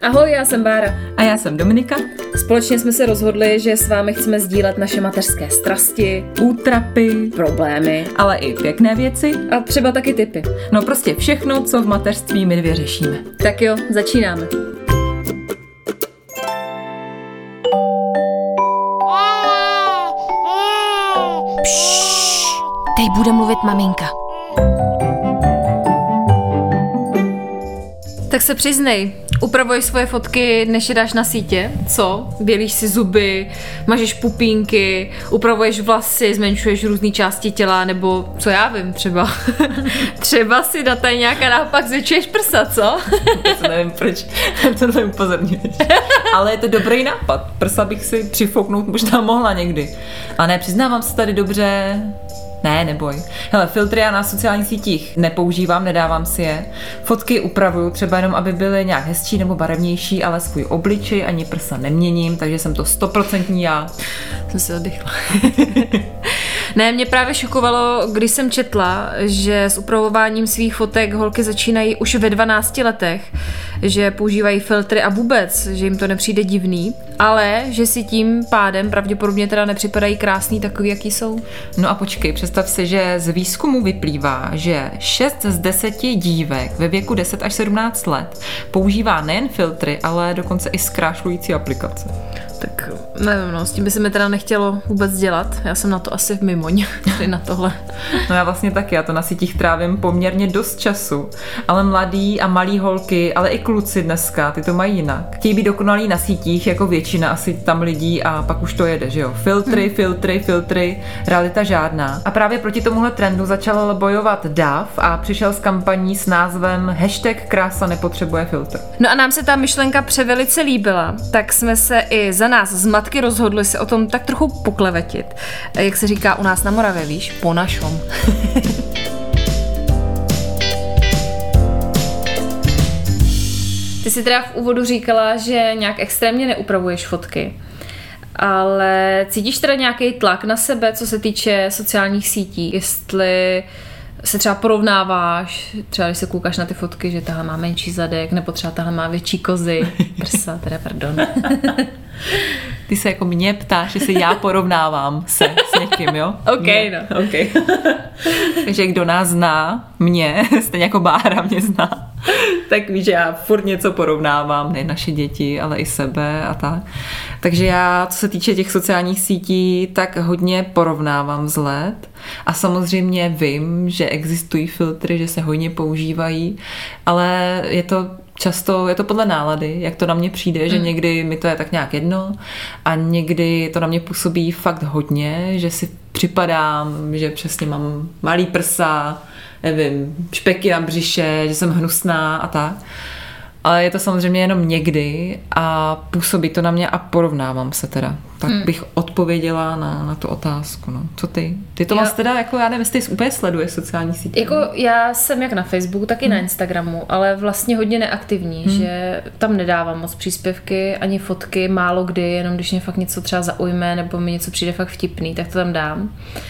Ahoj, já jsem Bára. A já jsem Dominika. Společně jsme se rozhodli, že s vámi chceme sdílet naše mateřské strasti, útrapy, problémy, ale i pěkné věci. A třeba taky tipy. No prostě všechno, co v mateřství my dvě řešíme. Tak jo, začínáme. Teď bude mluvit maminka. Tak se přiznej, upravuješ svoje fotky, než je dáš na sítě, co? Bělíš si zuby, mažeš pupínky, upravuješ vlasy, zmenšuješ různé části těla, nebo co já vím třeba. Třeba si na tady nějaká nápak zvětšuješ prsa, co? To nevím, proč to neupozorňuješ. Ale je to dobrý nápad. Prsa bych si přifouknout možná mohla někdy. A ne, přiznávám se tady dobře. Ne, neboj. Hele, filtry já na sociálních sítích nepoužívám, nedávám si je. Fotky upravuju třeba jenom, aby byly nějak hezčí nebo barevnější, ale svůj obličej ani prsa neměním, takže jsem to 100% já. Jsem si oddychla. Ne, mě právě šokovalo, když jsem četla, že s upravováním svých fotek holky začínají už ve 12 letech, že používají filtry a vůbec, že jim to nepřijde divný, ale že si tím pádem pravděpodobně teda nepřipadají krásný takový, jaký jsou. No a počkej, představ si, že z výzkumu vyplývá, že 6 z 10 dívek ve věku 10 až 17 let používá nejen filtry, ale dokonce i zkrášlující aplikace. Tak nevím, no, s tím by se mi teda nechtělo vůbec dělat. Já jsem na to asi v mimoň, tady na tohle. No já vlastně taky, já to na sítích trávím poměrně dost času, ale mladý a malý holky, ale i kluci dneska, ty to mají jinak. Chtějí být dokonalí na sítích, jako většina asi tam lidí a pak už to jede, že jo. Filtry, realita žádná. A právě proti tomuhle trendu začal bojovat DAV a přišel s kampaní s názvem #krása nepotřebuje filtr. No a nám se ta myšlenka převelice líbila, tak jsme se i za nás z matky rozhodli se o tom tak trochu poklevetit. Jak se říká u nás na Moravě, víš, po našom. Ty jsi teda v úvodu říkala, že nějak extrémně neupravuješ fotky, ale cítíš teda nějaký tlak na sebe, co se týče sociálních sítí? Jestli se třeba porovnáváš, třeba když se koukáš na ty fotky, že tahle má menší zadek, nebo třeba tahle má větší kozy, prsa, teda pardon. Ty se jako mě ptáš, že se já porovnávám s někým, jo? Okay. Takže kdo nás zná, mě, stejně jako Bára mě zná, tak víš, že já furt něco porovnávám, ne naše děti, ale i sebe a tak. Takže já, co se týče těch sociálních sítí, tak hodně porovnávám vzhled a samozřejmě vím, že existují filtry, že se hodně používají, ale je to podle nálady, jak to na mě přijde, že někdy mi to je tak nějak jedno a někdy to na mě působí fakt hodně, že si připadám, že přesně mám malý prsa, nevím, špeky na břiše, že jsem hnusná a tak. Ale je to samozřejmě jenom někdy a působí to na mě a porovnávám se teda. Tak bych odpověděla na tu otázku. No. Co ty? Ty to máš teda, jako já nevím, jestli úplně sleduješ sociální sítě. Jako já jsem jak na Facebooku, tak i na Instagramu, ale vlastně hodně neaktivní, že tam nedávám moc příspěvky, ani fotky, málo kdy, jenom když mě fakt něco třeba zaujme, nebo mi něco přijde fakt vtipný, tak to tam dám.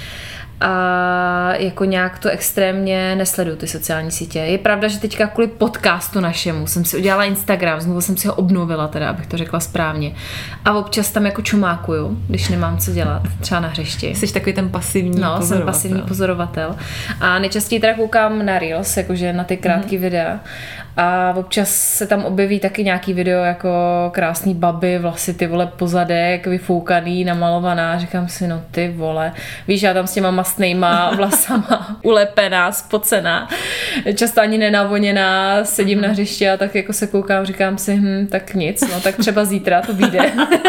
A jako nějak to extrémně nesleduju ty sociální sítě. Je pravda, že teďka kvůli podcastu našemu jsem si udělala Instagram, znovu jsem si ho obnovila teda, abych to řekla správně. A občas tam jako čumákuju, když nemám co dělat, třeba na hřišti. Jsi takový ten pasivní pozorovatel. Jsem pasivní pozorovatel. A nejčastěji teda koukám na Reels, jakože na ty krátké videa. A občas se tam objeví taky nějaký video jako krásný baby, vlasy ty vole pozadek, vyfoukaný, namalovaná. Říkám si, no ty vole. Víš, já tam s těma mastnejma vlasama ulepená, spocená, často ani nenavoněná, sedím na hřišti a tak jako se koukám, říkám si, tak nic, no tak třeba zítra to vyjde.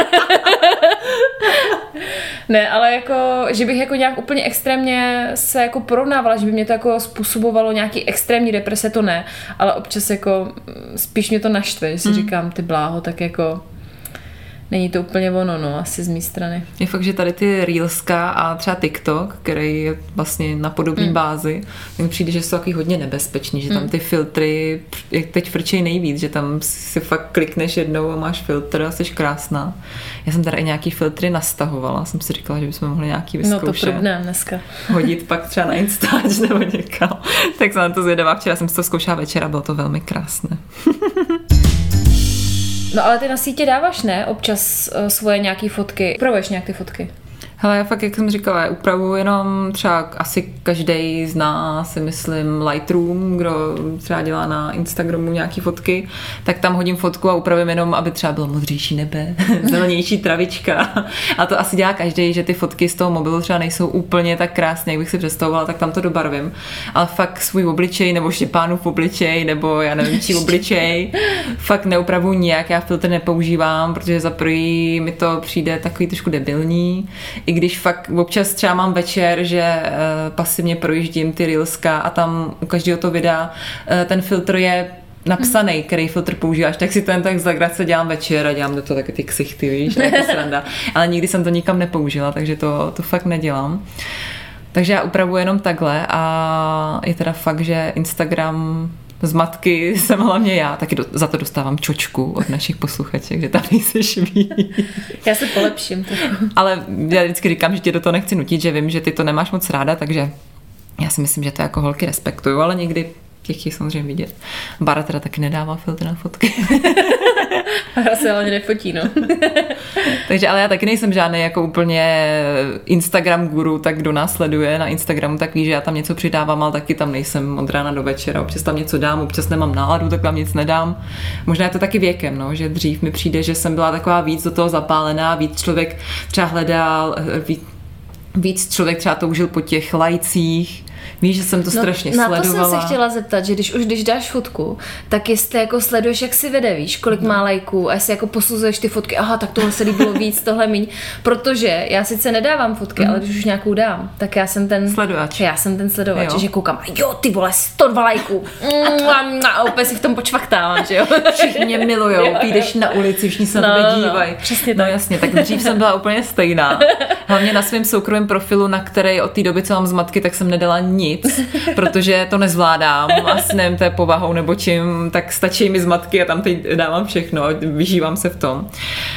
Ne, ale jako, že bych jako nějak úplně extrémně se jako porovnávala, že by mě to jako způsobovalo nějaký extrémní deprese, to ne, ale občas jako spíš mě to naštve, že si říkám, ty bláho, tak jako není to úplně ono, no, asi z mé strany. Je fakt, že tady ty Reelska a třeba TikTok, který je vlastně na podobné bázi, tak mi přijde, že jsou taky hodně nebezpečný, že tam ty filtry teď frčejí nejvíc, že tam si fakt klikneš jednou a máš filtr a jsi krásná. Já jsem tady i nějaký filtry nastahovala, jsem si říkala, že bychom mohli nějaký vyzkoušet. No to probném dneska. Hodit pak třeba na Instač nebo někam. Tak jsem na to zvědavá, včera jsem si to zkoušela večer a bylo to velmi krásné. No ale ty na sítě dáváš, ne? Občas svoje nějaký fotky. Upravuješ nějak ty fotky? Hele, já fakt, jak jsem říkala, já upravuji jenom třeba asi každej zná, si myslím, Lightroom, kdo třeba dělá na Instagramu nějaký fotky, tak tam hodím fotku a upravím jenom, aby třeba bylo modřejší nebe, zelenější travička. A to asi dělá každej, že ty fotky z toho mobilu třeba nejsou úplně tak krásné, jak bych si představovala, tak tam to dobarvím. Ale fakt svůj obličej, nebo Štěpánův obličej, nebo já nevím, čí obličej, fakt neupravuji nijak, já filtr nepoužívám, protože za prvý mi to přijde takový trošku debilní. I když fakt občas třeba mám večer, že pasivně projíždím ty reelska a tam u každého toho videa ten filtr je napsaný, který filtr používáš, tak si to jen tak z legrace dělám večer a dělám do toho taky ty ksichty, víš, jako sranda. Ale nikdy jsem to nikam nepoužila, takže to fakt nedělám. Takže já upravuji jenom takhle a je teda fakt, že Instagram z matky jsem hlavně já, taky za to dostávám čočku od našich posluchaček, že tam nejseš víc. Já se polepším. Ale já vždycky říkám, že tě do toho nechci nutit, že vím, že ty to nemáš moc ráda, takže já si myslím, že to jako holky respektuju, ale někdy těch samozřejmě vidět. Bára teda taky nedává filtr na fotky. Bára se ale nefotí, no. Takže ale já taky nejsem žádný jako úplně Instagram guru, tak kdo nás sleduje na Instagramu, tak ví, že já tam něco přidávám, ale taky tam nejsem od rána do večera. Občas tam něco dám, občas nemám náladu, tak tam nic nedám. Možná je to taky věkem, no, že dřív mi přijde, že jsem byla taková víc do toho zapálená, víc člověk třeba hledal, víc člověk třeba toužil po těch lajcích. Víš, že jsem to strašně sledovala. Na to jsem se chtěla zeptat, že když dáš fotku, tak jestli jako sleduješ, jak si vede, víš, kolik má lajků a jestli jako posuzuješ ty fotky, aha, tak tohle se líbilo víc, tohle míň, protože já sice nedávám fotky, ale když už nějakou dám, tak já jsem ten sledovač. Já jsem ten sledovač, že koukám, jo, ty vole, 102 lajků. A opět si v tom počvachtávám, že jo. Všichni mě milujou, půjdeš na ulici, všichni se na tebe dívají. Přesně tak. No jasně, tak dřív jsem byla úplně stejná. Hlavně na svém soukromém profilu, na který od té doby, co mám z matky, tak jsem nedala nic, protože to nezvládám, asi nevím, to je povahou nebo čím, tak stačí mi z matky a tam teď dávám všechno, vyžívám se v tom.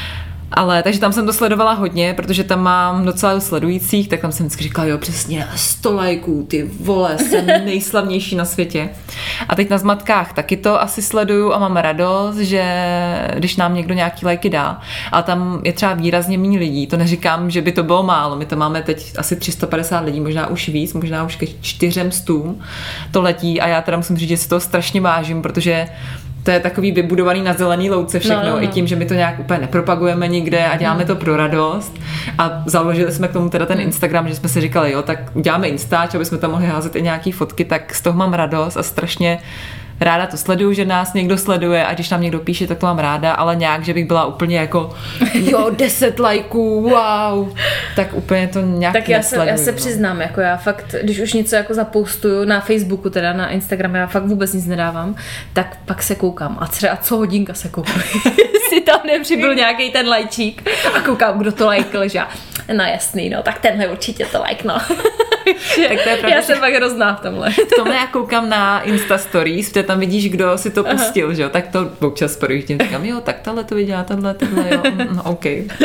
Ale takže tam jsem to sledovala hodně, protože tam mám docela sledujících, tak tam jsem vždycky říkala, jo, přesně 100 lajků, ty vole, jsem nejslavnější na světě. A teď na zmatkách taky to asi sleduju a mám radost, že když nám někdo nějaký lajky dá, a tam je třeba výrazně méně lidí, to neříkám, že by to bylo málo, my to máme teď asi 350 lidí, možná už víc, možná už ke 400 to letí a já teda musím říct, že si to strašně vážím, protože to je takový vybudovaný na zelený louce všechno, i tím, že my to nějak úplně nepropagujeme nikde a děláme to pro radost. A založili jsme k tomu teda ten Instagram, že jsme si říkali, jo, tak uděláme Instač, aby jsme tam mohli házet i nějaký fotky, tak z toho mám radost a strašně ráda to sleduju, že nás někdo sleduje a když nám někdo píše, tak to mám ráda, ale nějak, že bych byla úplně jako jo, 10 lajků, wow, tak úplně to nějak tak já se přiznám, jako já fakt, když už něco jako zapoustuju na Facebooku, teda na Instagramu, já fakt vůbec nic nedávám, tak pak se koukám a třeba co hodinka se koukám, si tam nepřibyl nějaký ten lajčík a koukám, kdo to lajkl, že no jasný, no, tak tenhle určitě to like, no. Tak to je pravda, já jsem fakt hrozná v tomhle. V tomhle já koukám na Insta Stories, protože tam vidíš, kdo si to pustil, že jo, tak to občas projíždím, říkám, jo, tak tohle to viděla, tohle, jo, no OK.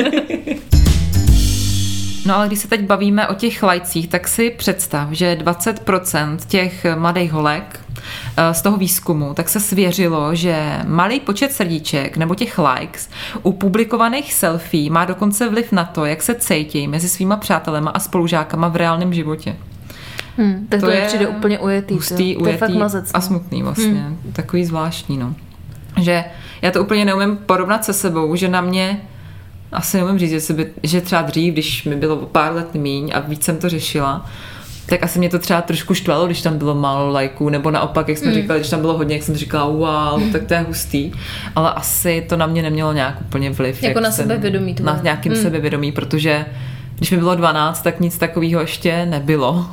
No ale když se teď bavíme o těch lajcích, tak si představ, že 20% těch mladých holek z toho výzkumu, tak se svěřilo, že malý počet srdíček nebo těch likes u publikovaných selfie má dokonce vliv na to, jak se cítí mezi svýma přátelema a spolužákama v reálném životě. Tak to je přijde úplně ujetý. Hustý, to je fakt mazec, a smutný vlastně. Takový zvláštní, no. Že já to úplně neumím porovnat se sebou, že na mě asi neumím říct, že třeba dřív, když mi bylo o pár let míň a víc jsem to řešila, tak asi mě to třeba trošku štvalo, když tam bylo málo lajků, nebo naopak, jak jsme říkali, když tam bylo hodně, jak jsem říkala, wow, tak to je hustý. Ale asi to na mě nemělo nějak úplně vliv. Jako na sebevědomí. Na nějakým sebevědomí, protože když mi bylo 12, tak nic takového ještě nebylo.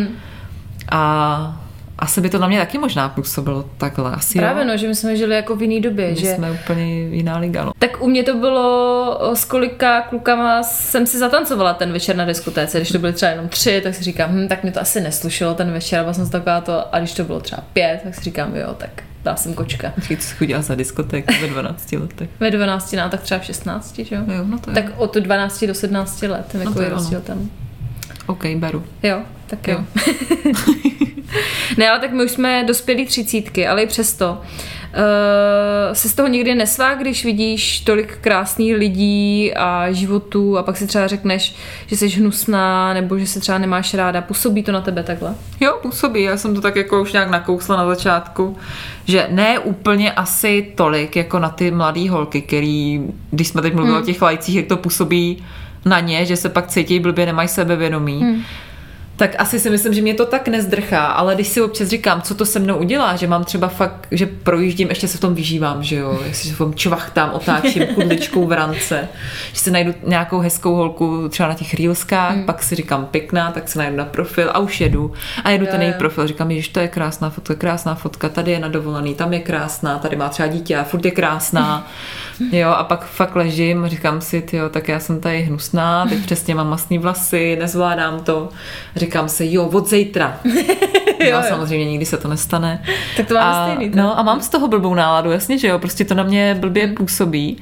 A asi by to na mě taky možná působilo takhle. Asi právě, no, že my jsme žili jako v jiný době. My jsme úplně jiná liga. No. Tak u mě to bylo, s kolika klukama jsem si zatancovala ten večer na diskotéce. Když to byly třeba jenom 3, tak si říkám, tak mě to asi neslušilo ten večer, a jsem taková to, a když to bylo třeba 5, tak si říkám, jo, tak dá jsem kočka. Ty jsi chodila za diskotéku ve 12 letech. Ve 12, no, tak třeba v 16, že jo? Jo, no to je. Tak od 12 do 17 let, ten takový rozdíl tam. OK, beru. Jo, tak jo. Ne, ale tak my už jsme dospělí 30, ale i přesto se z toho nikdy nesvá, když vidíš tolik krásných lidí a životů a pak si třeba řekneš, že jsi hnusná nebo že se třeba nemáš ráda. Působí to na tebe takhle? Jo, působí. Já jsem to tak jako už nějak nakousla na začátku, že ne úplně asi tolik jako na ty mladý holky, který, když jsme teď mluvili o těch lajcích, jak to působí na ně, že se pak cítí blbě, nemají sebevědomí. Tak asi si myslím, že mě to tak nezdrchá, ale když si občas říkám, co to se mnou udělá, že mám třeba fakt, že projíždím, ještě se v tom vyžívám, že jo, jestli se v tom čvachtám, otáčím kudličkou v rance, že si najdu nějakou hezkou holku třeba na těch reelskách, pak si říkám pěkná, tak se najdu na profil a už jedu. A jedu ten její profil, říkám, ježiš, to je krásná fotka, tady je na dovolený, tam je krásná, tady má třeba dítě a furt je krásná. Jo, a pak fakt ležím a říkám si, tyjo, tak já jsem tady hnusná, teď přesně mám masný vlasy, nezvládám to. Říkám si, jo, od zítra. Jo, samozřejmě nikdy se to nestane. Tak to máme stejný. No a mám z toho blbou náladu, jasně, že jo, prostě to na mě blbě působí.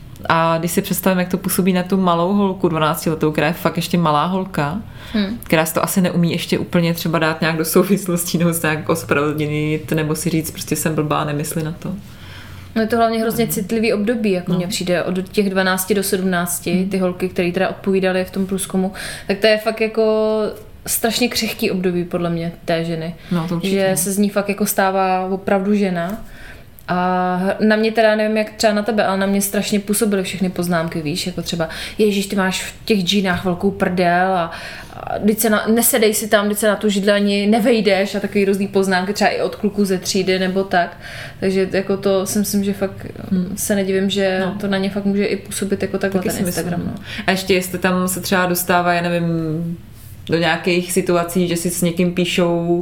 A když si představím, jak to působí na tu malou holku, 12letou, která je fakt ještě malá holka, která si to asi neumí ještě úplně třeba dát nějak do souvislostí, nebo se nějak ospravedlnit, nebo si říct, prostě jsem blbá, nemysli na to. No je to hlavně hrozně citlivý období, jako mně přijde od těch 12 do 17, ty holky, které teda odpovídaly v tom průzkumu, tak to je fakt jako strašně křehký období podle mě té ženy. No, to že se z ní fakt jako stává opravdu žena. A na mě teda, nevím jak třeba na tebe, ale na mě strašně působily všechny poznámky, víš, jako třeba ježíš, ty máš v těch džínách velkou prdel a nesedej si tam, když se na tu židli ani nevejdeš a takový různý poznámky, třeba i od kluků ze třídy nebo tak. Takže jako to si myslím, že fakt se nedivím, že to na ně fakt může i působit jako takhle ten Instagram. No. A ještě jestli tam se třeba dostává, já nevím, do nějakých situací, že si s někým píšou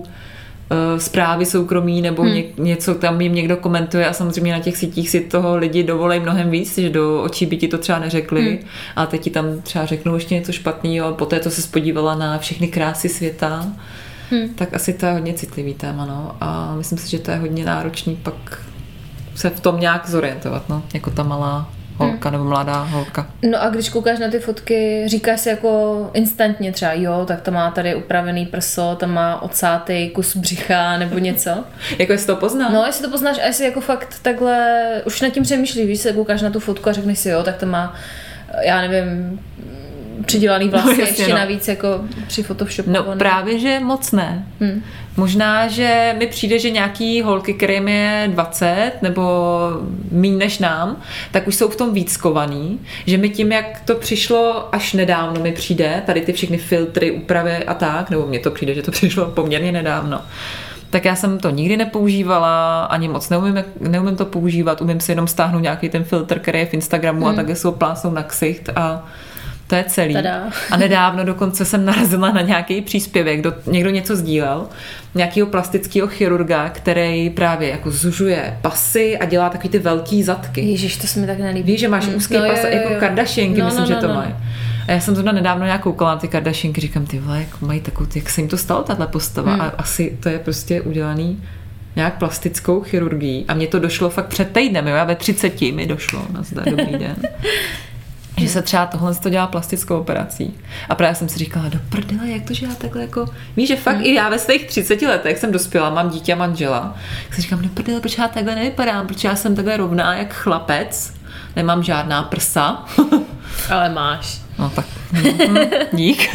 zprávy soukromí nebo něco tam jim někdo komentuje a samozřejmě na těch sítích si toho lidi dovolej mnohem víc, že do očí by ti to třeba neřekli a teď ti tam třeba řeknou ještě něco špatného a poté, co se spodívala na všechny krásy světa, tak asi to je hodně citlivý téma, no. A myslím si, že to je hodně náročný pak se v tom nějak zorientovat, no, jako ta malá holka nebo mladá holka. No a když koukáš na ty fotky, říkáš si jako instantně třeba, jo, tak to má tady upravený prso, tam má odsátej kus břicha nebo něco. Jako jestli to poznáš? No, jestli to poznáš a jestli jako fakt takhle, už nad tím přemýšlíš, když se koukáš na tu fotku a řekneš si, jo, tak to má, já nevím, přidělaný vlasy ještě navíc jako při Photoshopu. No právě, že moc ne. Možná, že mi přijde, že nějaký holky, kterým je 20 nebo míň než nám, tak už jsou v tom víc skovaný, že mi tím, jak to přišlo až nedávno mi přijde, tady ty všechny filtry, úpravy a tak, nebo mně to přijde, že to přišlo poměrně nedávno. Tak já jsem to nikdy nepoužívala, ani moc neumím to používat, umím si jenom stáhnout nějaký ten filtr, který je v Instagramu a takhle se ho plásnou na ksicht a to je celý. Tada. A nedávno dokonce jsem narazila na nějaký příspěvek, někdo něco sdílel, nějakého plastického chirurga, který právě jako zužuje pasy a dělá takový ty velký zadky. Ježiš, to se mi tak nelíbí. Víš, že máš úzký pas, jako Kardashianky, myslím, že to mají. A já jsem zrovna nedávno nějak koukala na ty Kardashianky, říkám, ty vole, jak mají takovou, jak se jim to stalo, tahle postava. A asi to je prostě udělaný nějak plastickou chirurgií. A mně to došlo fakt před týdnem, jo, já ve 30 mi došlo, nazdar, dobrý den. Že se třeba tohle to dělá plastickou operací. A právě jsem si říkala, do prdele, jak to, že já takhle jako... Víš, že fakt i já ve svých 30 letech jsem dospěla, mám dítě a manžela. Tak si říkám, do prdele, proč já takhle nevypadám, proč já jsem takhle rovná jak chlapec, nemám žádná prsa. Ale máš. No tak, dík.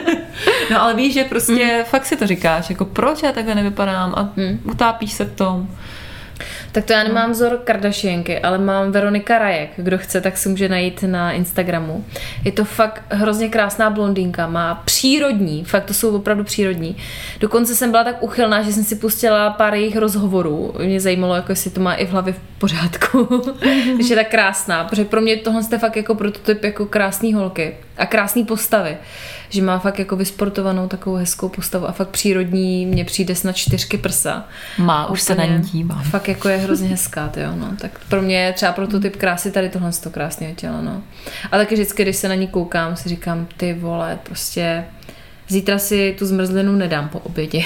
No ale víš, že prostě fakt si to říkáš, jako proč já takhle nevypadám a utápíš se v tom. Tak to já nemám vzor Kardashianky, ale mám Veronika Rajek. Kdo chce, tak si může najít na Instagramu. Je to fakt hrozně krásná blondýnka, má přírodní, fakt to jsou opravdu přírodní. Dokonce jsem byla tak uchylná, že jsem si pustila pár jejich rozhovorů. Mě zajímalo, jako jestli to má i v hlavě v pořádku. Když je tak krásná, protože pro mě tohle je fakt jako prototyp jako krásný holky a krásný postavy. Že má fakt jako vysportovanou takovou hezkou postavu a fakt přírodní, mně přijde snad 4 prsa. Má, už se na ní dívám. Fakt jako je hrozně hezká, tyjo, no. Tak pro mě je třeba prototyp krásy tady tohle z toho krásného těla, no. A taky vždycky, když se na ní koukám, si říkám, ty vole, prostě zítra si tu zmrzlinu nedám po obědě.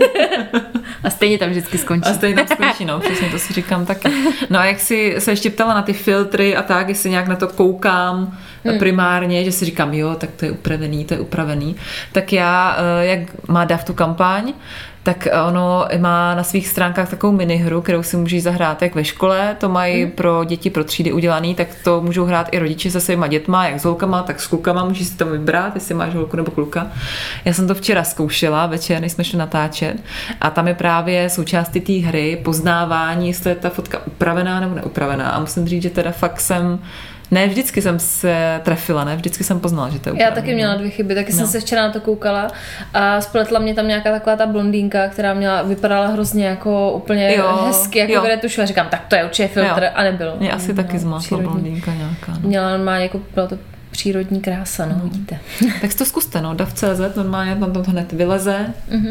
A stejně tam vždycky skončí. A stejně tam skončí, no, přesně to si říkám taky. No a jak si se ještě ptala na ty filtry a tak, jestli nějak na to koukám primárně, že si říkám, jo, tak to je upravený, tak já, jak má DAV tu kampaň, tak ono má na svých stránkách takovou minihru, kterou si můžeš zahrát jak ve škole, to mají pro děti pro třídy udělaný, tak to můžou hrát i rodiče se svýma dětma, jak s holkama, tak s klukama, můžeš si tam vybrat, jestli máš holku nebo kluka. Já jsem to včera zkoušela, večer, než jsme šli natáčet, a tam je právě součástí té hry poznávání, jestli je ta fotka upravená nebo neupravená. A musím říct, že teda fakt ne vždycky jsem se trefila, ne vždycky jsem poznala, že to je upravený. Já taky měla 2 chyby, taky jsem se včera na to koukala a spletla mě tam nějaká taková ta blondýnka, která vypadala hrozně jako úplně hezky, jako vyretušila. Říkám, tak to je určitě filtr a nebylo. Mě asi taky zmátla blondýnka nějaká. No. Měla normálně jako, byla to přírodní krása, no, vidíte. Tak si to zkuste, no, dav.cz, normálně tam to hned vyleze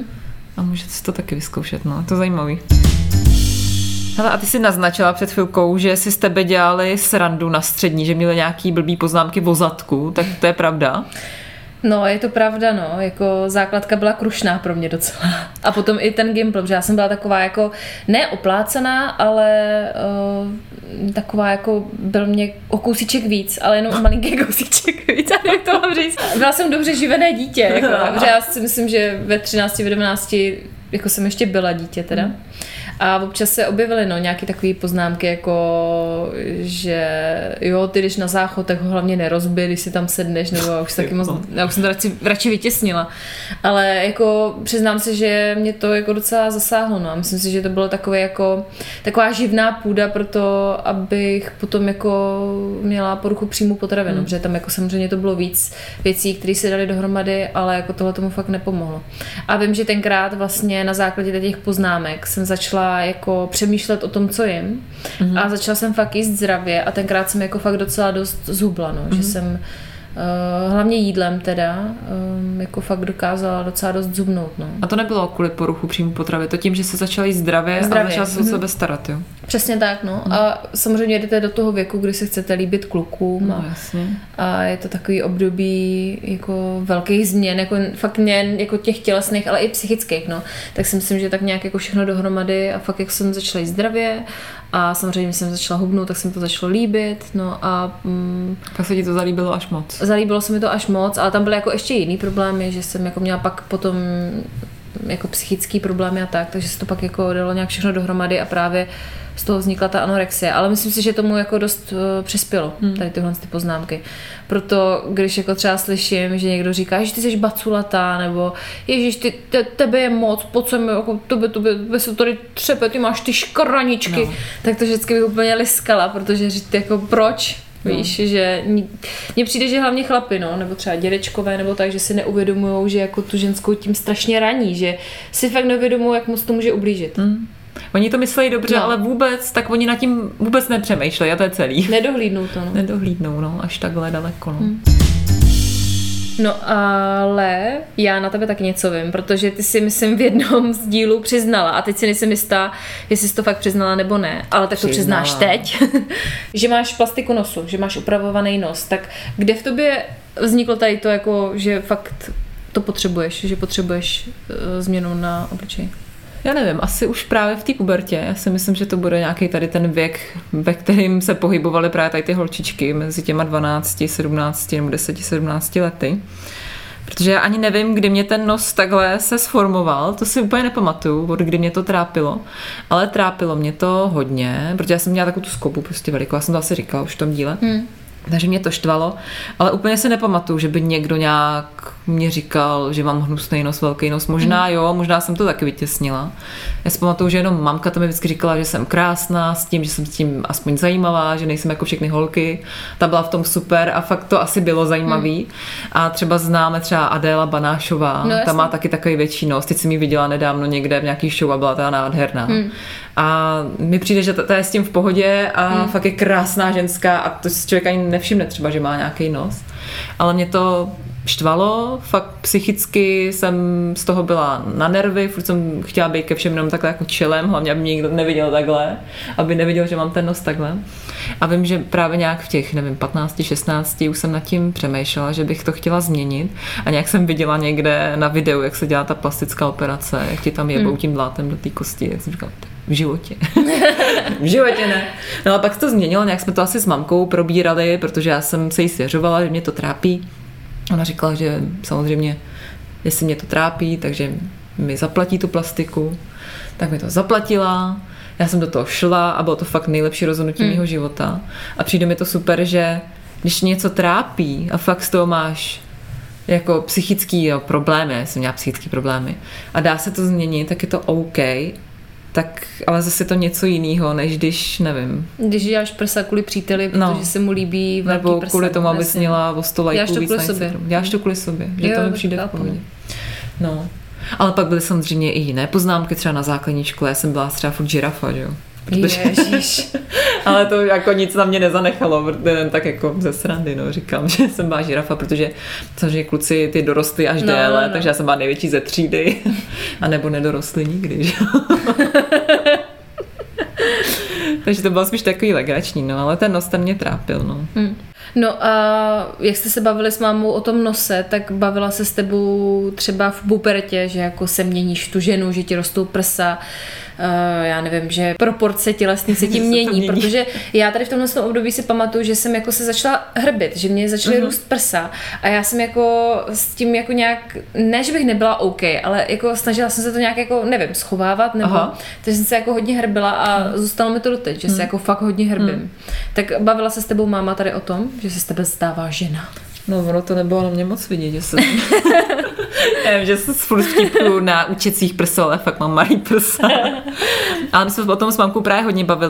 a můžete si to taky vyzkoušet, no, je to zajímavý. Hele, a ty jsi naznačila před chvilkou, že si z tebe dělali srandu na střední, že měli nějaký blbý poznámky o zadku, tak to je pravda? No, je to pravda, no, jako základka byla krušná pro mě docela. A potom i ten gimbal, protože já jsem byla taková jako neoplácená, ale taková jako byl mě o kousíček víc, ale jenom malinký kousíček víc, a jak to mám říct. Byla jsem dobře živené dítě, jako, protože já si myslím, že ve 13, v 11 jako jsem ještě byla dítě teda. A občas se objevily nějaké takové poznámky, jako že jo, ty jdeš na záchod, tak ho hlavně nerozbij, když si tam sedneš, nebo já už jsem to radši vytěsnila. Ale jako přiznám se, že mě to jako docela zasáhlo, no. Myslím si, že to bylo taková živná půda pro to, abych potom jako měla poruchu příjmu potravy, protože tam jako samozřejmě to bylo víc věcí, které se daly dohromady, ale jako tohle tomu fakt nepomohlo. A vím, že tenkrát vlastně na základě těch poznámek jsem začala jako přemýšlet o tom, co jim, a začala jsem fakt jíst zdravě a tenkrát jsem jako fakt docela dost zhubla, no, že jsem hlavně jídlem teda jako fakt dokázala docela dost zhubnout, no. A to nebylo kvůli poruchu příjmu potravy, to tím, že se začala jíst zdravě. A začala se o sebe starat, jo? Přesně tak, no. A samozřejmě jdete do toho věku, kdy se chcete líbit klukům. No, jasně. A je to takový období jako velkých změn, jako fakt nejen jako těch tělesných, ale i psychických, no. Tak si myslím, že tak nějak jako všechno dohromady a fakt jak jsem začala jíst zdravě a samozřejmě jsem začala hubnout, tak jsem to začalo líbit, no a tak se ti to zalíbilo až moc. Zalíbilo se mi to až moc, ale tam byly jako ještě jiný problémy, že jsem jako měla pak potom jako psychický problémy a tak, takže se to pak jako dalo nějak všechno dohromady a právě z toho vznikla ta anorexie, ale myslím si, že tomu jako dost přispělo, tady tyhle ty poznámky. Proto, když jako třeba slyším, že někdo říká, že ty jsi baculatá, nebo ježiš, tebe je moc, pojď sem, jako tebe se tady třepe, ty máš ty škraničky, tak to vždycky bych úplně liskala, protože říct jako proč? Víš, že mně přijde, že hlavně chlapi, no, nebo třeba dědečkové, nebo tak, že si neuvědomujou, že jako tu ženskou tím strašně raní, že si fakt neuvědomují, jak moc to může ublížit. Oni to myslejí dobře, ale vůbec, tak oni nad tím vůbec nepřemýšlejí a to je celý. Nedohlídnou to, no. Nedohlídnou, no, až takhle daleko, no. No ale já na tebe taky něco vím, protože ty si myslím v jednom z dílů přiznala a teď si nejsem jistá, jestli jsi to fakt přiznala nebo ne, ale tak to přiznáš teď, že máš plastiku nosu, že máš upravovaný nos, tak kde v tobě vzniklo tady to jako, že fakt to potřebuješ, že potřebuješ změnu na obličeji? Já nevím, asi už právě v té pubertě. Já si myslím, že to bude nějaký tady ten věk, ve kterým se pohybovaly právě tady ty holčičky mezi těma 12, 17 nebo 10, 17 lety. Protože já ani nevím, kdy mě ten nos takhle se sformoval, to si úplně nepamatuju, od kdy mě to trápilo, ale trápilo mě to hodně, protože já jsem měla takovou tu skopu prostě velikou, já jsem to asi říkala už v tom díle. Takže mě to štvalo, ale úplně si nepamatuju, že by někdo nějak mě říkal, že mám hnusný nos, velký nos. Možná jo, možná jsem to taky vytěsnila. Já si pamatuju, že jenom mamka to mi vždycky říkala, že jsem krásná, s tím, že jsem s tím aspoň zajímavá, že nejsem jako všechny holky. Ta byla v tom super a fakt to asi bylo zajímavý. A třeba známe třeba Adéla Banášová, ta má taky takový větší nos. Teď jsem ji viděla nedávno někde v nějaký show a byla ta nádherná. A mi přijde, že ta je s tím v pohodě a fakt je krásná ženská a to si člověk ani nevšimne třeba, že má nějaký nos. Ale mě to štvalo, fakt psychicky jsem z toho byla na nervy, furt jsem chtěla být ke všem jenom takhle jako čelem, hlavně aby mě nikdo neviděl takhle, aby neviděl, že mám ten nos takhle. A vím, že právě nějak v těch, nevím, 15, 16 už jsem nad tím přemýšlela, že bych to chtěla změnit a nějak jsem viděla někde na videu, jak se dělá ta plastická operace, jak ti tam jebou tím blátem do té kosti, jak jsem říkala, v životě. V životě ne. No a pak to změnilo, nějak jsme to asi s mamkou probírali, protože já jsem se jí svěřovala, že mě to trápí. Ona říkala, že samozřejmě, jestli mě to trápí, takže mi zaplatí tu plastiku, tak mi to zaplatila. Já jsem do toho šla a bylo to fakt nejlepší rozhodnutí mého života. A přijde mi to super, že když něco trápí a fakt z toho máš jako psychický problémy, já jsem měla psychický problémy a dá se to změnit, tak je to OK, tak ale zase to něco jiného, než když, nevím. Když děláš prsa kvůli příteli, protože se mu líbí velký prsa. Nebo kvůli tomu, abys měla o 100 lajků víc na Instagramu. Děláš to kvůli sobě, že to mi přijde v pohodě. No. Ale pak byly samozřejmě i jiné poznámky, třeba na základní škole, já jsem byla třeba furt žirafa, že jo. Ježiš. Ale to jako nic na mě nezanechalo, protože tak jako ze srandy, no, říkám, že jsem byla žirafa, protože samozřejmě kluci ty dorostli až déle, takže já jsem byla největší ze třídy, a nebo nedorostli nikdy, že? Takže to bylo spíš takový legrační, no, ale ten nos ten mě trápil, no. No a jak jste se bavili s mámou o tom nose, tak bavila se s tebou třeba v pubertě, že jako se měníš tu ženu, že ti rostou prsa, já nevím, že proporce tělesný se tím mění, protože já tady v tomhle období si pamatuju, že jsem jako se začala hrbit, že mě začaly růst prsa a já jsem jako s tím jako nějak, ne, že bych nebyla OK, ale jako snažila jsem se to nějak jako, nevím, schovávat, nebo, takže jsem se jako hodně hrbila a zůstalo mi to doteď, že se jako fakt hodně hrbím. Tak bavila se s tebou máma tady o tom, že se z tebe stává žena? No, ono to nebylo na mě moc vidět, že jsem... Nevím, že se furt vtipuju na učecích prso, ale fakt mám malý prsa. Ale my jsme o tom s mamkou právě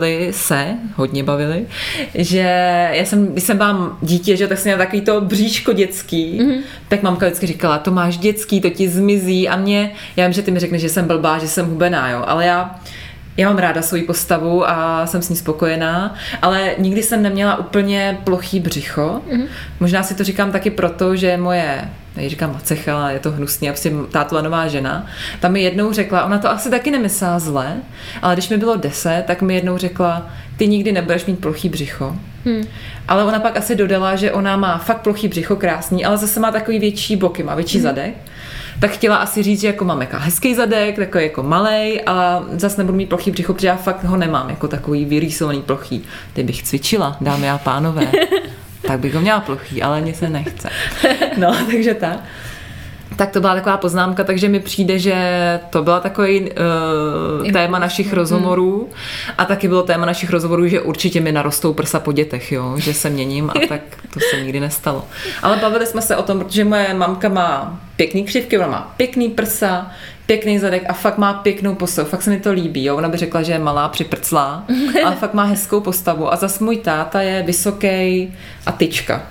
hodně bavili, že když jsem byla dítě, že tak jsem měla takový to bříško dětský, tak mamka vždycky říkala, to máš dětský, to ti zmizí a já vím, že ty mi řekneš, že jsem blbá, že jsem hubená, jo, ale já mám ráda svoji postavu a jsem s ní spokojená, ale nikdy jsem neměla úplně plochý břicho. Možná si to říkám taky proto, že moje, říkám macecha, ale je to hnusný, a prostě tátová nová žena, ta mi jednou řekla, ona to asi taky nemyslela zle, ale když mi bylo 10, tak mi jednou řekla, ty nikdy nebudeš mít plochý břicho. Ale ona pak asi dodala, že ona má fakt plochý břicho, krásný, ale zase má takový větší boky, má větší zadek. Tak chtěla asi říct, že jako mám jako hezký zadek, takový jako malej, a zase nebudu mít plochý břicho, protože já fakt ho nemám jako takový vyrýsovaný plochý. Kdybych cvičila, dámy a pánové, tak bych ho měla plochý, ale mně se nechce. No, takže tak to byla taková poznámka, takže mi přijde, že to byla takový téma našich rozhovorů a taky bylo téma našich rozhovorů, že určitě mi narostou prsa po dětech, jo, že se měním, a tak to se nikdy nestalo. Ale bavili jsme se o tom, protože moje mamka má pěkný křivky, ona má pěkný prsa, pěkný zadek a fakt má pěknou postavu, fakt se mi to líbí, jo, ona by řekla, že je malá, připrclá, ale fakt má hezkou postavu a zas můj táta je vysoký a tyčka.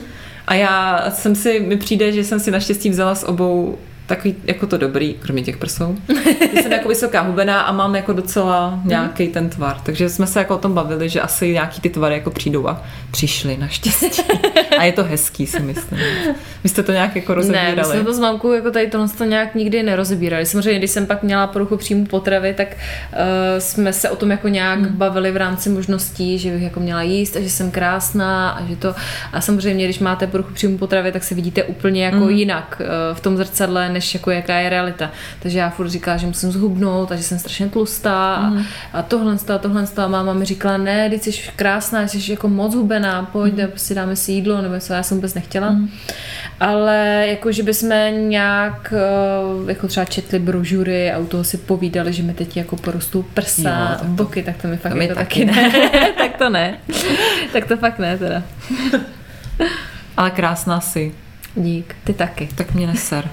A mi přijde, že jsem si naštěstí vzala s obou takový jako to dobrý, kromě těch prsou. Jsem jako vysoká hubená a mám jako docela nějaký ten tvar. Takže jsme se jako o tom bavili, že asi nějaký ty tvary jako přijdou a přišly naštěstí. A je to hezký, si myslím. Vy jste to nějak jako rozebírali? Ne, my jsme to s mamkou jako tady to nějak nikdy nerozebírali. Samozřejmě, když jsem pak měla poruchu příjmu potravy, tak jsme se o tom jako nějak bavili v rámci možností, že bych jako měla jíst a že jsem krásná a že to. A samozřejmě, když máte poruchu příjmu potravy, tak se vidíte úplně jako jinak v tom zrcadle, než jako jaká je realita. Takže já furt říkala, že musím zhubnout a že jsem strašně tlustá a tohle a máma mi říkala, ne, ty jsi krásná, jsi jako moc hubená, pojď, prostě dáme si jídlo, nebo co, já jsem vůbec nechtěla. Ale jako, že bychom nějak jako třeba četli brožury a u toho si povídali, že mi teď jako porostou prsa, boky, tak to mi fakt jako taky ne. Tak to ne. Tak to fakt ne teda. Ale krásná jsi. Dík, ty taky. Tak mě neser.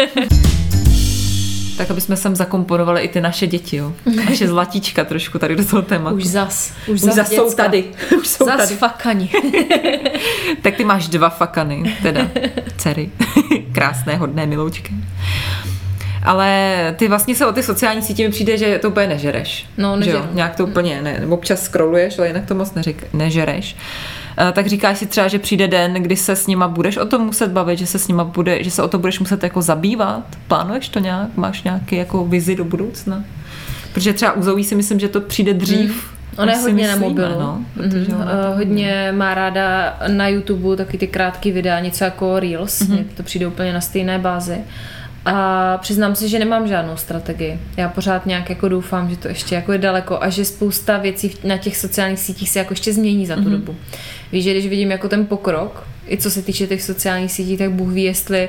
Tak, aby jsme sem zakomponovali i ty naše děti, jo. Naše zlatíčka trošku tady do toho tématu. Už zas jsou tady. Už jsou zas tady. Fakani. Tak ty máš 2 fakany, teda dcery. Krásné, hodné miloučky. Ale ty vlastně se o ty sociální sítě mi přijde, že to úplně nežereš. No, nežeru. Nějak to úplně ne. Občas scrolluješ, ale jinak to moc nežereš. Tak říkáš si třeba, že přijde den, kdy se s nima budeš o tom muset bavit, že se o to budeš muset jako zabývat? Plánuješ to nějak? Máš nějaký jako vizi do budoucna? Protože třeba u Zoe si myslím, že to přijde dřív. Ona je hodně na mobilu. No, hodně má ráda na YouTube taky ty krátké videa, něco jako Reels. Mně to přijde úplně na stejné bázi. A přiznám si, že nemám žádnou strategii. Já pořád nějak jako doufám, že to ještě jako je daleko a že spousta věcí na těch sociálních sítích se jako ještě změní za tu dobu. Víš, že když vidím jako ten pokrok, i co se týče těch sociálních sítí, tak Bůh ví, jestli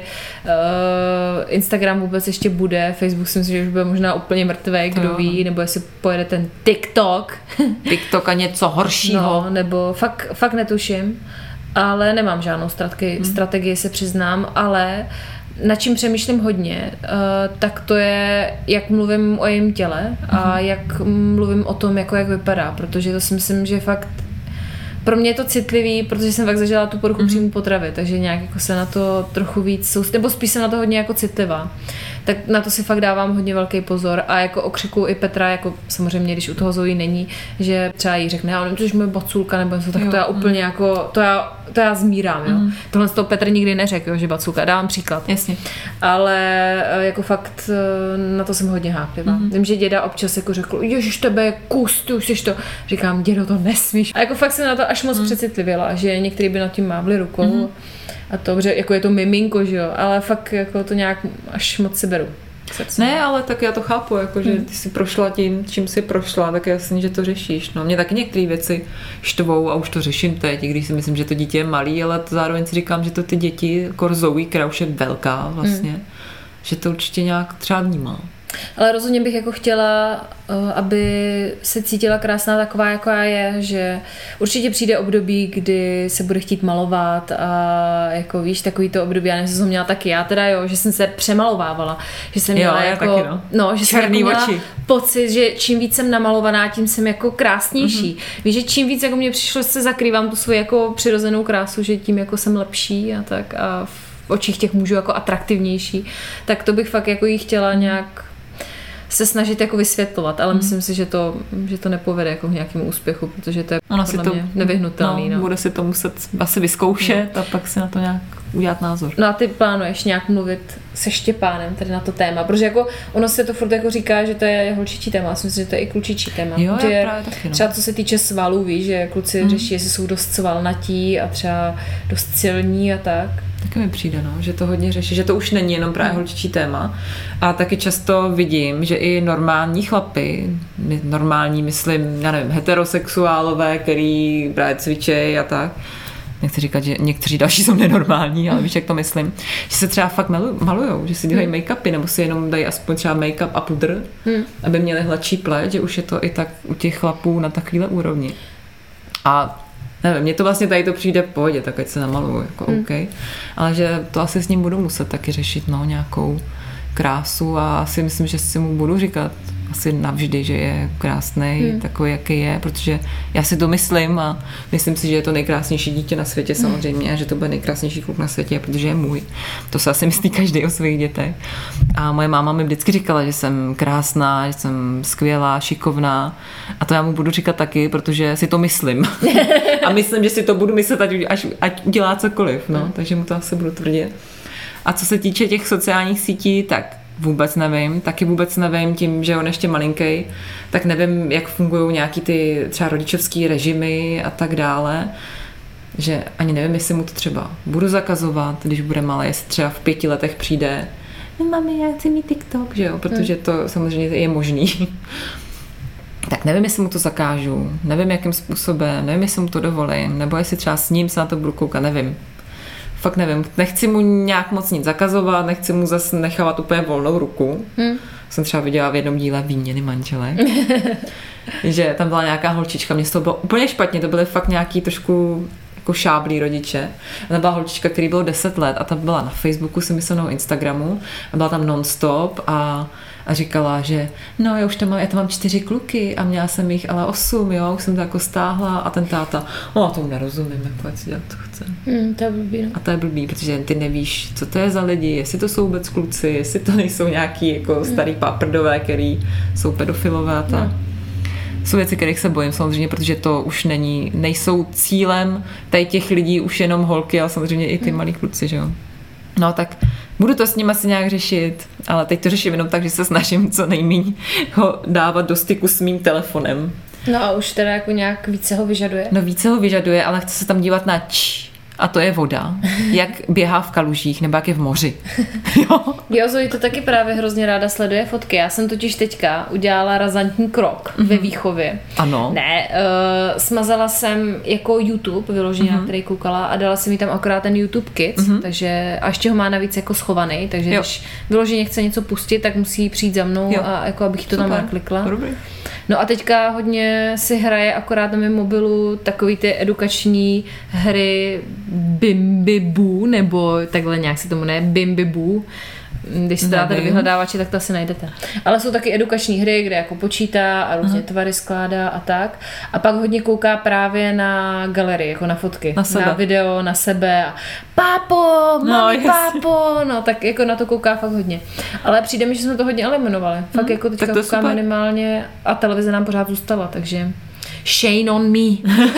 Instagram vůbec ještě bude, Facebook si myslím, že už bude možná úplně mrtvý, kdo ví, nebo jestli pojede ten TikTok. TikTok a něco horšího. No, nebo fakt netuším, ale nemám žádnou strategii, se přiznám, ale nad čím přemýšlím hodně, tak to je, jak mluvím o jejím těle a jak mluvím o tom, jako jak vypadá, protože to si myslím, že fakt pro mě je to citlivý, protože jsem fakt zažila tu poruchu příjmu potravy, takže nějak jako se na to trochu víc nebo spíš jsem na to hodně jako citlivá. Tak na to si fakt dávám hodně velký pozor a jako okřiku i Petra, jako samozřejmě, když u toho Zoe není, že třeba jí řekne, ale to je moje baculka nebo něco, tak to já úplně jako, to já zmírám, jo. Tohle z toho Petr nikdy neřekl, jo, že baculka, dávám příklad. Jasně. Ale jako fakt na to jsem hodně háklivá. Vím, že děda občas jako řekl, ježiš, tebe je kus, ty už jsi to. Říkám, dědo, to nesmíš. A jako fakt jsem na to až moc přecitlivěla, že některý by nad tím mávli rukou. A to, že jako je to miminko, že jo, ale fakt jako to nějak až moc si beru. Ne, ale tak já to chápu, jako, že ty jsi prošla tím, čím jsi prošla, tak jasně, že to řešíš. No, mě taky některé věci štvou a už to řeším teď, i když si myslím, že to dítě je malý, ale zároveň si říkám, že to ty děti, jako Zoe, která už je velká vlastně, že to určitě nějak třeba vnímá. Ale rozhodně bych jako chtěla, aby se cítila krásná taková, jaká je, že určitě přijde období, kdy se bude chtít malovat a jako víš, takový to období, já nevím, že jsem měla taky já teda, jo, že jsem se přemalovávala, že jsem měla jako, taky, no, že jsem jako měla pocit, že čím víc jsem namalovaná, tím jsem jako krásnější. Víš, že čím víc jako mě přišlo, se zakrývám tu svoji jako přirozenou krásu, že tím jako jsem lepší a tak a v očích těch mužů jako atraktivnější, tak to bych fakt jako jí chtěla nějak se snažit jako vysvětlovat, ale myslím si, že to nepovede jako k nějakému úspěchu, protože to je podle mě nevyhnutelný. No. Bude si to muset asi vyzkoušet a pak si na to nějak udělat názor. No a ty plánuješ nějak mluvit se Štěpánem tady na to téma, protože jako ono se to furt jako říká, že to je holčičí téma, já si myslím, že to je i klučičí téma. Jo, že právě taky, no. Třeba co se týče svalů, víš, že kluci řeší, jestli jsou dost svalnatí a třeba dost silní a tak. Taky mi přijde, no, že to hodně řeší, že to už není jenom právě holčičí téma. A taky často vidím, že i normální chlapy, normální myslím, já nevím, heterosexuálové, který právě cvičejí a tak, nechci říkat, že někteří další jsou nenormální, ale víš, jak to myslím, že se třeba fakt malujou, že si dělají make-upy, nebo si jenom dají aspoň třeba make-up a pudr, aby měli hladší pleť, že už je to i tak u těch chlapů na takovýhle úrovni. A nevím, mně to vlastně tady to přijde v pohodě, tak ať se namaluju, jako OK. Ale že to asi s ním budu muset taky řešit, no, nějakou krásu a asi myslím, že si mu budu říkat asi navždy, že je krásný, takový, jaký je, protože já si to myslím a myslím si, že je to nejkrásnější dítě na světě samozřejmě a že to bude nejkrásnější kluk na světě, protože je můj. To se asi myslí každý o svých dětech. A moje máma mi vždycky říkala, že jsem krásná, že jsem skvělá, šikovná a to já mu budu říkat taky, protože si to myslím. A myslím, že si to budu myslet, ať udělá cokoliv, no, takže mu to asi budu tvrdit. A co se týče těch sociálních sítí, tak vůbec nevím, taky vůbec nevím, tím, že on ještě malinký, tak nevím, jak fungují nějaký ty třeba rodičovský režimy a tak dále, že ani nevím, jestli mu to třeba budu zakazovat, když bude malý, jestli třeba v 5 letech přijde, mami, já chci mít TikTok, že jo, protože to samozřejmě je možný. Tak nevím, jestli mu to zakážu, nevím, jakým způsobem, nevím, jestli mu to dovolím, nebo jestli třeba s ním se na to budu koukat, nevím. Fakt nevím, nechci mu nějak moc nic zakazovat, nechci mu zase nechávat úplně volnou ruku. Jsem třeba viděla v jednom díle Výměny manželek, že tam byla nějaká holčička, mně z toho bylo úplně špatně, to byly fakt nějaký trošku jako šáblí rodiče. A tam byla holčička, který bylo 10 let a ta byla na Facebooku, si myslím, na Instagramu a byla tam non-stop a říkala, že no, já tam mám 4 kluky a měla jsem jich ale 8, jo, už jsem to jako stáhla a ten táta, no, tomu nerozumím, jako ať si dělat, co chce. To je blbý, no. A to je blbý, protože ty nevíš, co to je za lidi, jestli to jsou vůbec kluci, jestli to nejsou nějaký jako starý páprdové, který jsou pedofilové a tak. Jsou věci, kterých se bojím samozřejmě, protože to už nejsou cílem tady těch lidí už jenom holky, ale samozřejmě i ty malí kluci, že jo. No tak budu to s ním asi nějak řešit, ale teď to řeším jenom tak, že se snažím co nejméně ho dávat do styku s mým telefonem. No a už teda jako nějak více ho vyžaduje? No více ho vyžaduje, ale chce se tam dívat na A to je voda. Jak běhá v kalužích, nebo jak je v moři. Jo, Zoe to taky právě hrozně ráda sleduje fotky. Já jsem totiž teďka udělala razantní krok ve výchově. Ano. Ne, smazala jsem jako YouTube, vyloženě, na který koukala, a dala jsem jí tam akorát ten YouTube Kids, takže a ještě ho má navíc jako schovaný, takže když vyloženě chce něco pustit, tak musí přijít za mnou a jako abych to tam naklikla. Dobrý. No a teďka hodně si hraje akorát na mém mobilu takový ty edukační hry Bimbibu, nebo takhle nějak se tomu Bimbibu. Když si dáte do vyhledávače, tak to asi najdete. Ale jsou taky edukační hry, kde jako počítá a různě tvary skládá a tak. A pak hodně kouká právě na galerii, jako na fotky. Na video, na sebe. A pápo, mami, pápo. No tak jako na to kouká fakt hodně. Ale přijde mi, že jsme to hodně eliminovali. Fakt jako teďka kouká minimálně a televize nám pořád zůstala, takže shame on me.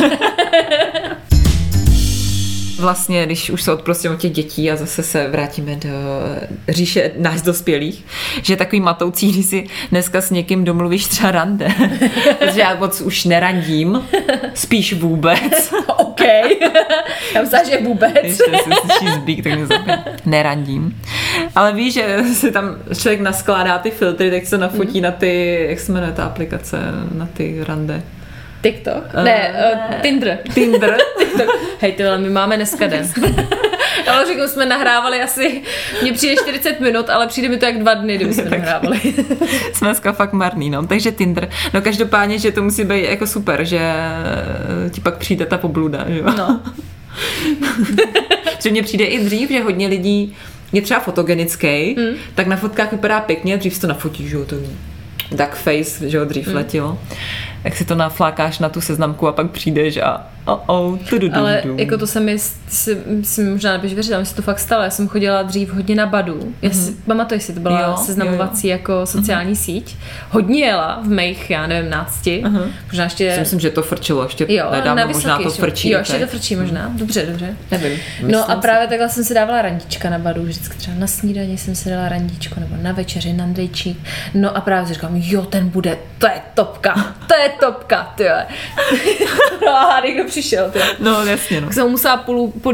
Vlastně, když už se odprostíme od těch dětí a zase se vrátíme do říše nás dospělých, že je takový matoucí, když si dneska s někým domluvíš třeba rande. Protože já moc už nerandím, spíš vůbec. OK. Já myslím, že vůbec. Ještě si slyší zbík, tak mě zabije. Nerandím. Ale víš, že si tam člověk naskládá ty filtry, tak se nafotí na ty, jak se jmenuje ta aplikace, na ty rande. TikTok? Tinder. TikTok. Hej, tyhle, my máme dneska den. Ale řeknu, jsme nahrávali asi, mně přijde 40 minut, ale přijde mi to jak 2 dny, kdyby jsme nahrávali. Jsme dneska fakt marný, no. Takže Tinder. No každopádně, že to musí být jako super, že ti pak přijde ta pobluda, že jo? No. Že mně přijde i dřív, že hodně lidí je třeba fotogenický, tak na fotkách vypadá pěkně, dřív si to nafotí, že jo, to duck face, že jo, dřív letilo. Jak si to naflákáš na tu seznamku a pak přijdeš a ale jako to se mi možná neběž věřit, ale mi se to fakt stalo. Já jsem chodila dřív hodně na Badu. Pamatuji si, to byla seznamovací jako sociální síť. Hodně jela v mých, já nevím, 15. Možná ještě... Myslím, že to frčilo ještě nedávno, možná to frčí. Jo, ještě to frčí možná. Dobře. Nevím. No a právě takhle jsem si dávala randíčka na Badu. Vždycky třeba na snídani jsem si dala randíčko, nebo na večeři, na ndejčík. No a právě si říkám, jo, ten bude, to je topka, tyhle. No a někdo přišel, tyhle. No, jasně, no. Tak jsem ho musela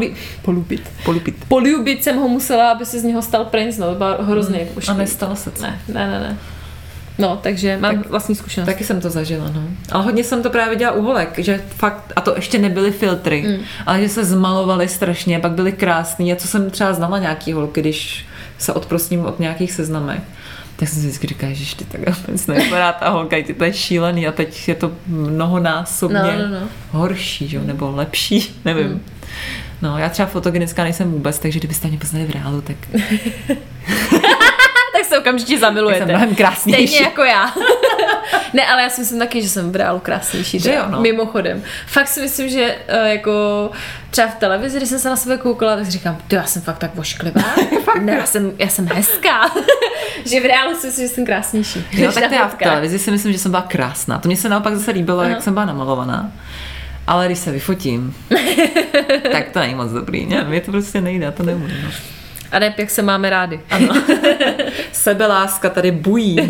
polubit jsem ho musela, aby se z něho stal princ, no, to bylo hrozně. A nestalo se to. Ne. No, takže mám vlastní zkušenost. Taky jsem to zažila, no. Ale hodně jsem to právě dělala u holek, že fakt, a to ještě nebyly filtry, ale že se zmalovaly strašně, pak byly krásný, a co jsem třeba znala nějaký holky, když se odprostím od nějakých seznamek. Tak jsem si vždycky říkala, že ty tak vůbec nevypadá ta holka, to je šílený a teď je to mnohonásobně horší, že? Nebo lepší, nevím. No, já třeba fotogenická nejsem vůbec, takže kdybyste mě poznali v reálu, tak... tak se okamžitě zamilujete. Jsem mnohem krásnější. Stejně jako já. Ne, ale já si myslím taky, že jsem v reálu krásnější. Že jo, no. Mimochodem. Fakt si myslím, že jako třeba v televizi, když jsem se na sebe koukala, tak si říkám, já jsem fakt tak vošklivá. Ne, já jsem hezká. Že v reálu si myslím, že jsem krásnější. Jo, tak to já v televizi si myslím, že jsem byla krásná. To mě se naopak zase líbilo, jak jsem byla namalovaná. Ale když se vyfotím, tak to není moc dobrý. Ne, mě to prostě nejde, to neumím. No. A ne, jak se máme rádi. Ano. Sebeláska tady bují.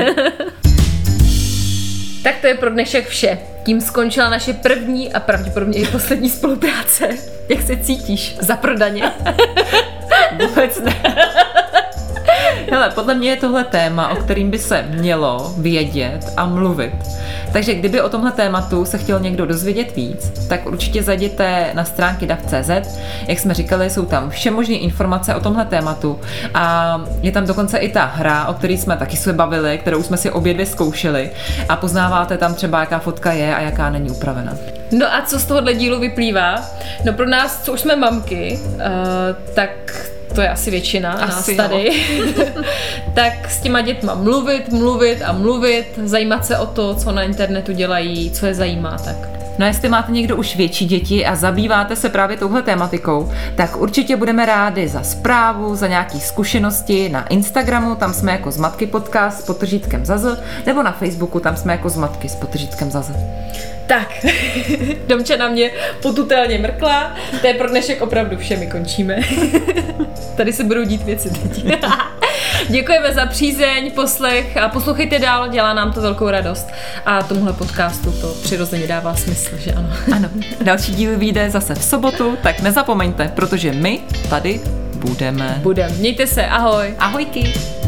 Tak to je pro dnešek vše. Tím skončila naše první a pravděpodobně i poslední spolupráce. Jak se cítíš? Zaprodaně? Vůbec ne. Hele, podle mě je tohle téma, o kterým by se mělo vědět a mluvit. Takže kdyby o tomhle tématu se chtěl někdo dozvědět víc, tak určitě zajděte na stránky dav.cz. Jak jsme říkali, jsou tam všemožné informace o tomhle tématu a je tam dokonce i ta hra, o které jsme taky se bavili, kterou jsme si obě dvě zkoušeli a poznáváte tam třeba, jaká fotka je a jaká není upravena. No a co z tohohle dílu vyplývá? No pro nás, co už jsme mamky, tak to je asi většina nás tady, tak s těma dětma mluvit, zajímat se o to, co na internetu dělají, co je zajímá, tak. No a jestli máte někdo už větší děti a zabýváte se právě touhle tématikou, tak určitě budeme rádi za zprávu, za nějaké zkušenosti na Instagramu, tam jsme jako Zmatky podcast s podtržítkem ZAZ, nebo na Facebooku, tam jsme jako Zmatky s podtržítkem ZAZ. Tak, Domča na mě potutelně mrkla, to je pro dnešek opravdu vše, my končíme. Tady se budou dít věci teď. Děkujeme za přízeň, poslech a poslouchejte dál, dělá nám to velkou radost. A tomuhle podcastu to přirozeně dává smysl, že ano? Ano, další díl vyjde zase v sobotu, tak nezapomeňte, protože my tady budeme. Mějte se, ahoj. Ahojky.